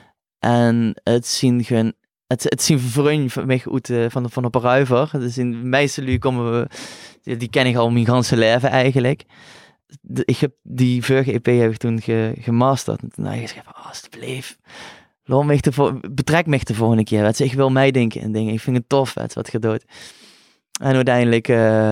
En het zien vrienden van mij uit van op een ruiver. Het zien meisjes die ken ik al mijn ganse leven eigenlijk. Ik heb die vorige EP heb ik toen gemasterd. En toen heb ik gezegd van, alsjeblieft, betrek me de volgende keer. Ik wil meedenken in dingen. Ik vind het tof wat je doet. En uiteindelijk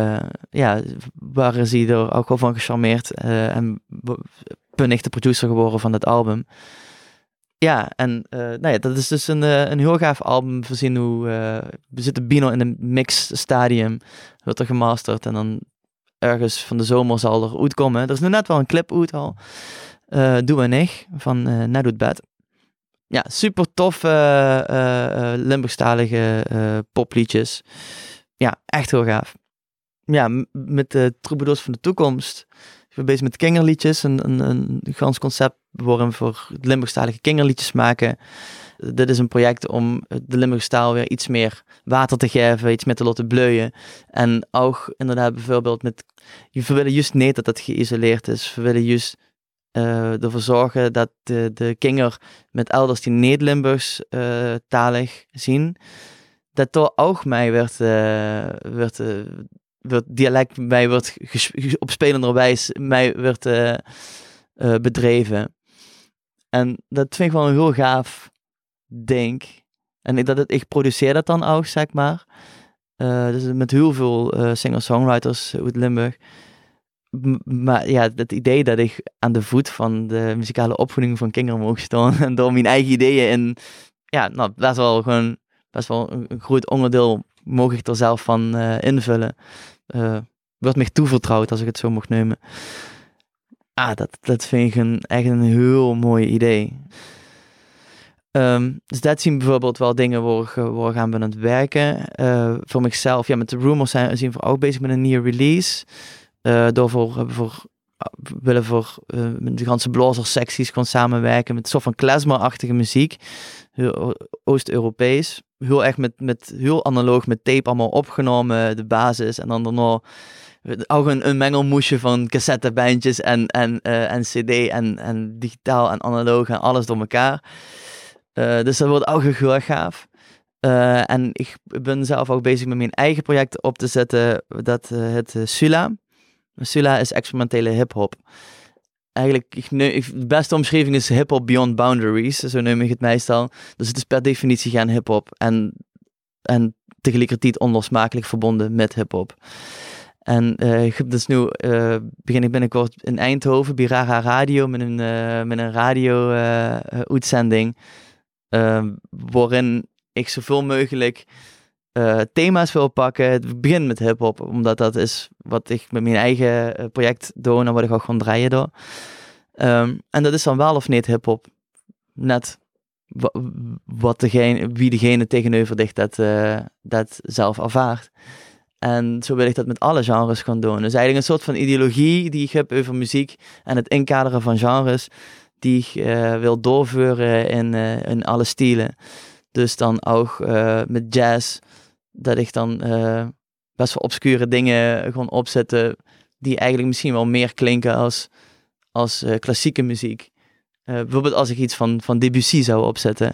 waren ze er ook wel van gecharmeerd. En ben ik de producer geworden van het album. Ja, en dat is dus een heel gaaf album. Voorzien hoe we zitten bijna in een mixstadium. Wordt er gemasterd en dan ergens van de zomer zal er uitkomen. Er is nu net wel een clip uit al. Doe en ik van Net Doet Bed. Ja, super tof Limburgstalige popliedjes. Ja, echt heel gaaf. Ja, met de Troubadours van de Toekomst. Ik ben bezig met kingerliedjes. Een gans concept worden voor Limburgstalige kingerliedjes maken. Dit is een project om de Limburgstaal weer iets meer water te geven, iets meer te laten bloeien. En ook inderdaad bijvoorbeeld we willen juist niet dat het geïsoleerd is. We willen juist ervoor zorgen dat de kinger met elders die niet Limburgs talig zien, dat door ook mij werd dialect mij wordt op spelenderwijs mij werd bedreven. En dat vind ik wel een heel gaaf ding. En ik produceer dat dan ook, zeg maar. Dus met heel veel singer-songwriters uit Limburg. Maar ja, het idee dat ik aan de voet van de muzikale opvoeding van Kinger mocht staan en door mijn eigen ideeën best wel een groot onderdeel mocht ik er zelf van invullen. Wordt mij toevertrouwd, als ik het zo mag noemen. Dat vind ik echt een heel mooi idee. Dus dat zien bijvoorbeeld wel dingen waar we gaan aan het werken. Voor mezelf, met de Rumors zijn we ook bezig met een nieuwe release. Willen voor met de ganse blazers-secties gewoon samenwerken met een soort van klezmer-achtige muziek. Heel Oost-Europees. Heel erg met heel analoog met tape allemaal opgenomen, de basis. En dan daarna ook een mengelmoesje van cassettebandjes en cd en digitaal en analoog en alles door elkaar. Dus dat wordt ook heel erg gaaf. En ik ben zelf ook bezig met mijn eigen project op te zetten. Dat heet Sula. Sula is experimentele hip-hop. Eigenlijk, de beste omschrijving is hip-hop beyond boundaries. Zo noem ik het meestal. Dus het is per definitie geen hip-hop. En tegelijkertijd onlosmakelijk verbonden met hip-hop. En ik heb dus nu, begin ik binnenkort in Eindhoven bij Rara Radio met een radio-uitzending. Waarin ik zoveel mogelijk thema's wil pakken. Het begint met hip-hop, omdat dat is wat ik met mijn eigen project doe en wat ik ook gewoon draaien doe. En dat is dan wel of niet hip-hop. Net wie degene tegenover ligt dat zelf ervaart. En zo wil ik dat met alle genres gaan doen. Dus eigenlijk een soort van ideologie die ik heb over muziek en het inkaderen van genres, die ik wil doorvoeren in alle stilen. Dus dan ook met jazz, dat ik dan best wel obscure dingen gewoon opzetten, die eigenlijk misschien wel meer klinken als klassieke muziek. Bijvoorbeeld als ik iets van Debussy zou opzetten,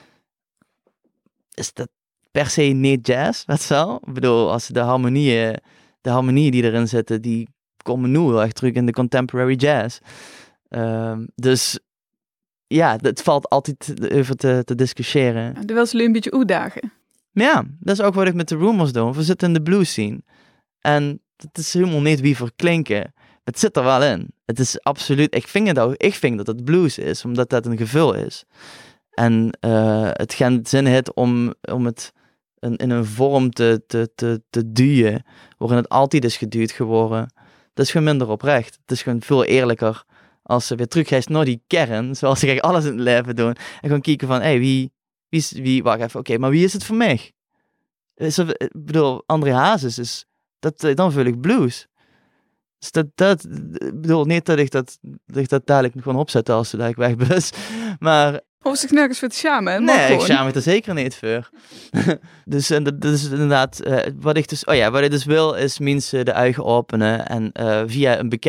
is dat per se niet jazz, wat zo. Ik bedoel, als de harmonieën die erin zitten, die komen nu heel erg terug in de contemporary jazz. Dus ja, het valt altijd over te discussiëren. En dan wil ze een beetje uitdagen. Ja, dat is ook wat ik met de Rumors doe. We zitten in de blues scene. En het is helemaal niet wie verklinken. Het zit er wel in. Het is absoluut, ik vind dat het blues is, omdat dat een gevul is. En het geen zin heeft om het in een vorm te duwen, waarin het altijd is geduwd geworden. Dat is gewoon minder oprecht. Het is gewoon veel eerlijker als ze weer teruggeeft naar die kern, zoals ze eigenlijk alles in het leven doen. En gewoon kijken van, wie wacht even, oké, maar wie is het voor mij? Ik bedoel, André Hazes is, dan vul ik blues. Dus ik bedoel niet dat ik dat dadelijk gewoon opzet als ze daar weg ben. Maar Of zich nergens voor te schamen, hè? Nee, ik schaam me er zeker niet voor. Dus dat is inderdaad, wat ik dus wil, is mensen de eigen openen en via een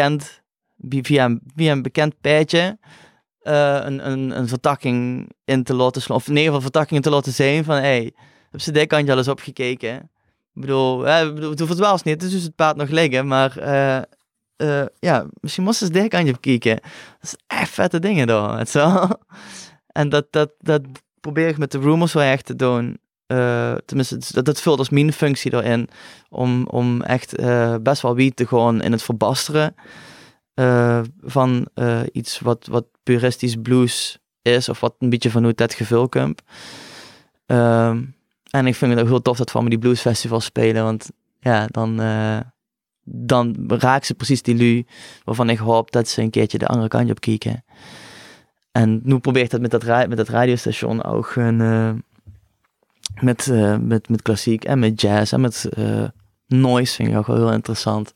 bekend paadje een vertakking in te laten slaan, of in ieder geval vertakkingen te laten zien van, heb ze dit kantje al eens opgekeken? Ik bedoel, het hoeft het wel eens niet, dus het paard nog liggen, maar misschien moesten ze dit kantje opkijken. Dat is echt vette dingen daar, het zo. En dat probeer ik met de Rumors wel echt te doen. Tenminste, dat vult als mijn functie erin. Om echt best wel wie te gaan in het verbasteren. Van iets wat puristisch blues is. Of wat een beetje vanuit dat gevul komt. En ik vind het ook heel tof dat we allemaal die bluesfestivals spelen. Want ja, dan raakt ze precies die lui. Waarvan ik hoop dat ze een keertje de andere kantje op kijken. En nu probeer ik dat met dat radiostation ook met klassiek en met jazz en met noise vind ik ook wel heel interessant.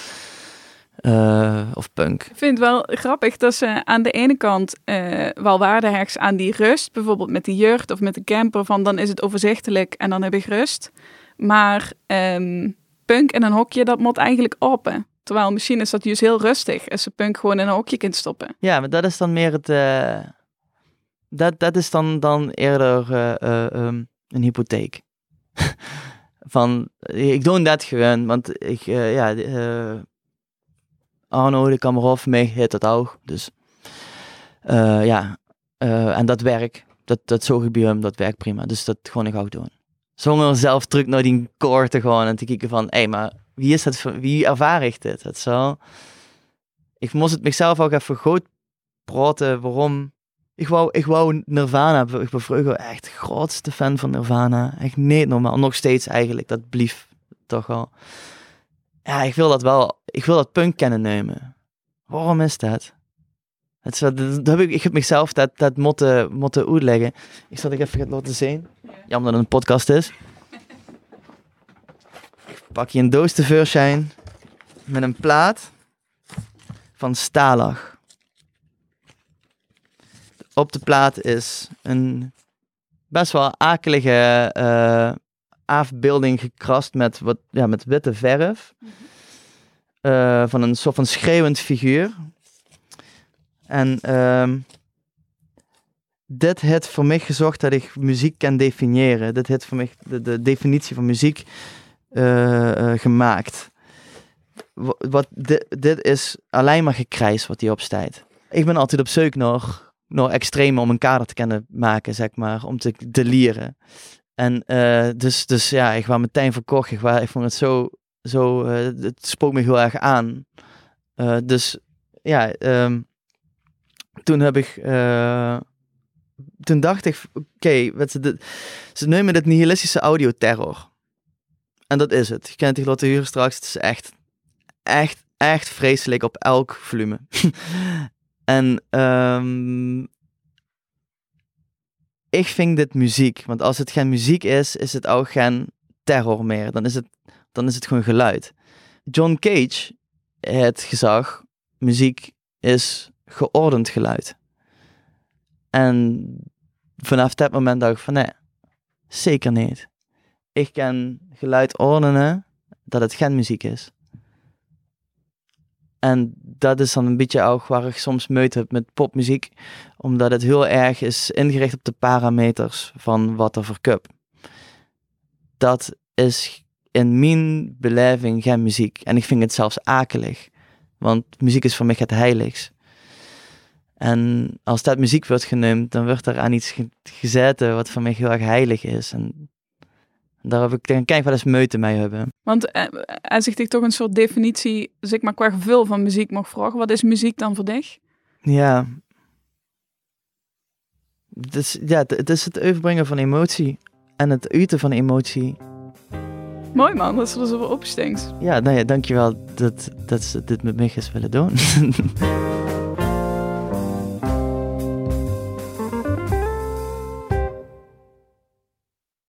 Of punk. Ik vind het wel grappig dat ze aan de ene kant wel waarde hecht aan die rust. Bijvoorbeeld met de jeugd of met de camper. Van dan is het overzichtelijk en dan heb ik rust. Maar punk in een hokje, dat moet eigenlijk open. Terwijl misschien is dat juist heel rustig. Als ze punk gewoon in een hokje kunt stoppen. Ja, maar dat is dan meer het... Dat is dan eerder een hypotheek. Van, ik doe dat gewoon, want Arno, de kamerhof, voor mij heet dat ook. Dus en dat werkt. Dat zorggebied, dat werkt prima. Dus dat gewoon ik ook doen. Zonder zelf terug naar die core te gaan en te kijken van, maar wie is dat? Wie ervaar ik dit? Het zo. Ik moest het mezelf ook even goed praten waarom. Ik wou Nirvana. Ik ben vroeger echt de grootste fan van Nirvana. Echt niet normaal. Nog steeds eigenlijk. Dat blief toch wel. Ja, ik wil dat wel. Ik wil dat punk kennen nemen. Waarom is dat? Ik heb mezelf dat moeten uitleggen. Ik zal het even laten zien. Jammer dat het een podcast is. Pak je een doos tevoorschijn met een plaat van Stalag. Op de plaat is een best wel akelige afbeelding gekrast met witte verf. Van een soort van schreeuwend figuur. En dit heeft voor mij gezorgd dat ik muziek kan definiëren. Dit heeft voor mij de definitie van muziek gemaakt. Dit is alleen maar gekrijs wat hierop staat. Ik ben altijd op zoek naar extreme om een kader te kunnen maken, zeg maar, om te leren. En dus ja, ik was meteen verkocht. Ik vond het zo het spook me heel erg aan. Dus ja, toen dacht ik, oké, ze nemen dit nihilistische audioterror. En dat is het. Je kent die laten huren straks. Het is echt vreselijk op elk volume. En ik vind dit muziek. Want als het geen muziek is het ook geen terror meer. Dan is het dan is het gewoon geluid. John Cage het gezag, muziek is geordend geluid. En vanaf dat moment dacht ik van nee, zeker niet. Ik kan geluid ordenen dat het geen muziek is. En dat is dan een beetje ook waar ik soms moeite heb met popmuziek, omdat het heel erg is ingericht op de parameters van wat er verkupt. Dat is in mijn beleving geen muziek. En ik vind het zelfs akelig. Want muziek is voor mij het heiligs. En als dat muziek wordt genoemd, dan wordt er aan iets gezeten wat voor mij heel erg heilig is. En daar heb ik denk ik wel eens moeite mee hebben. Want als ik toch een soort definitie, zeg maar qua gevoel van muziek mag vragen, wat is muziek dan voor dich? Ja. Het is het overbrengen van emotie. En het uiten van emotie. Mooi man, dat is er zo opstinkt. Ja, nou ja, dankjewel dat ze dit met mij eens willen doen.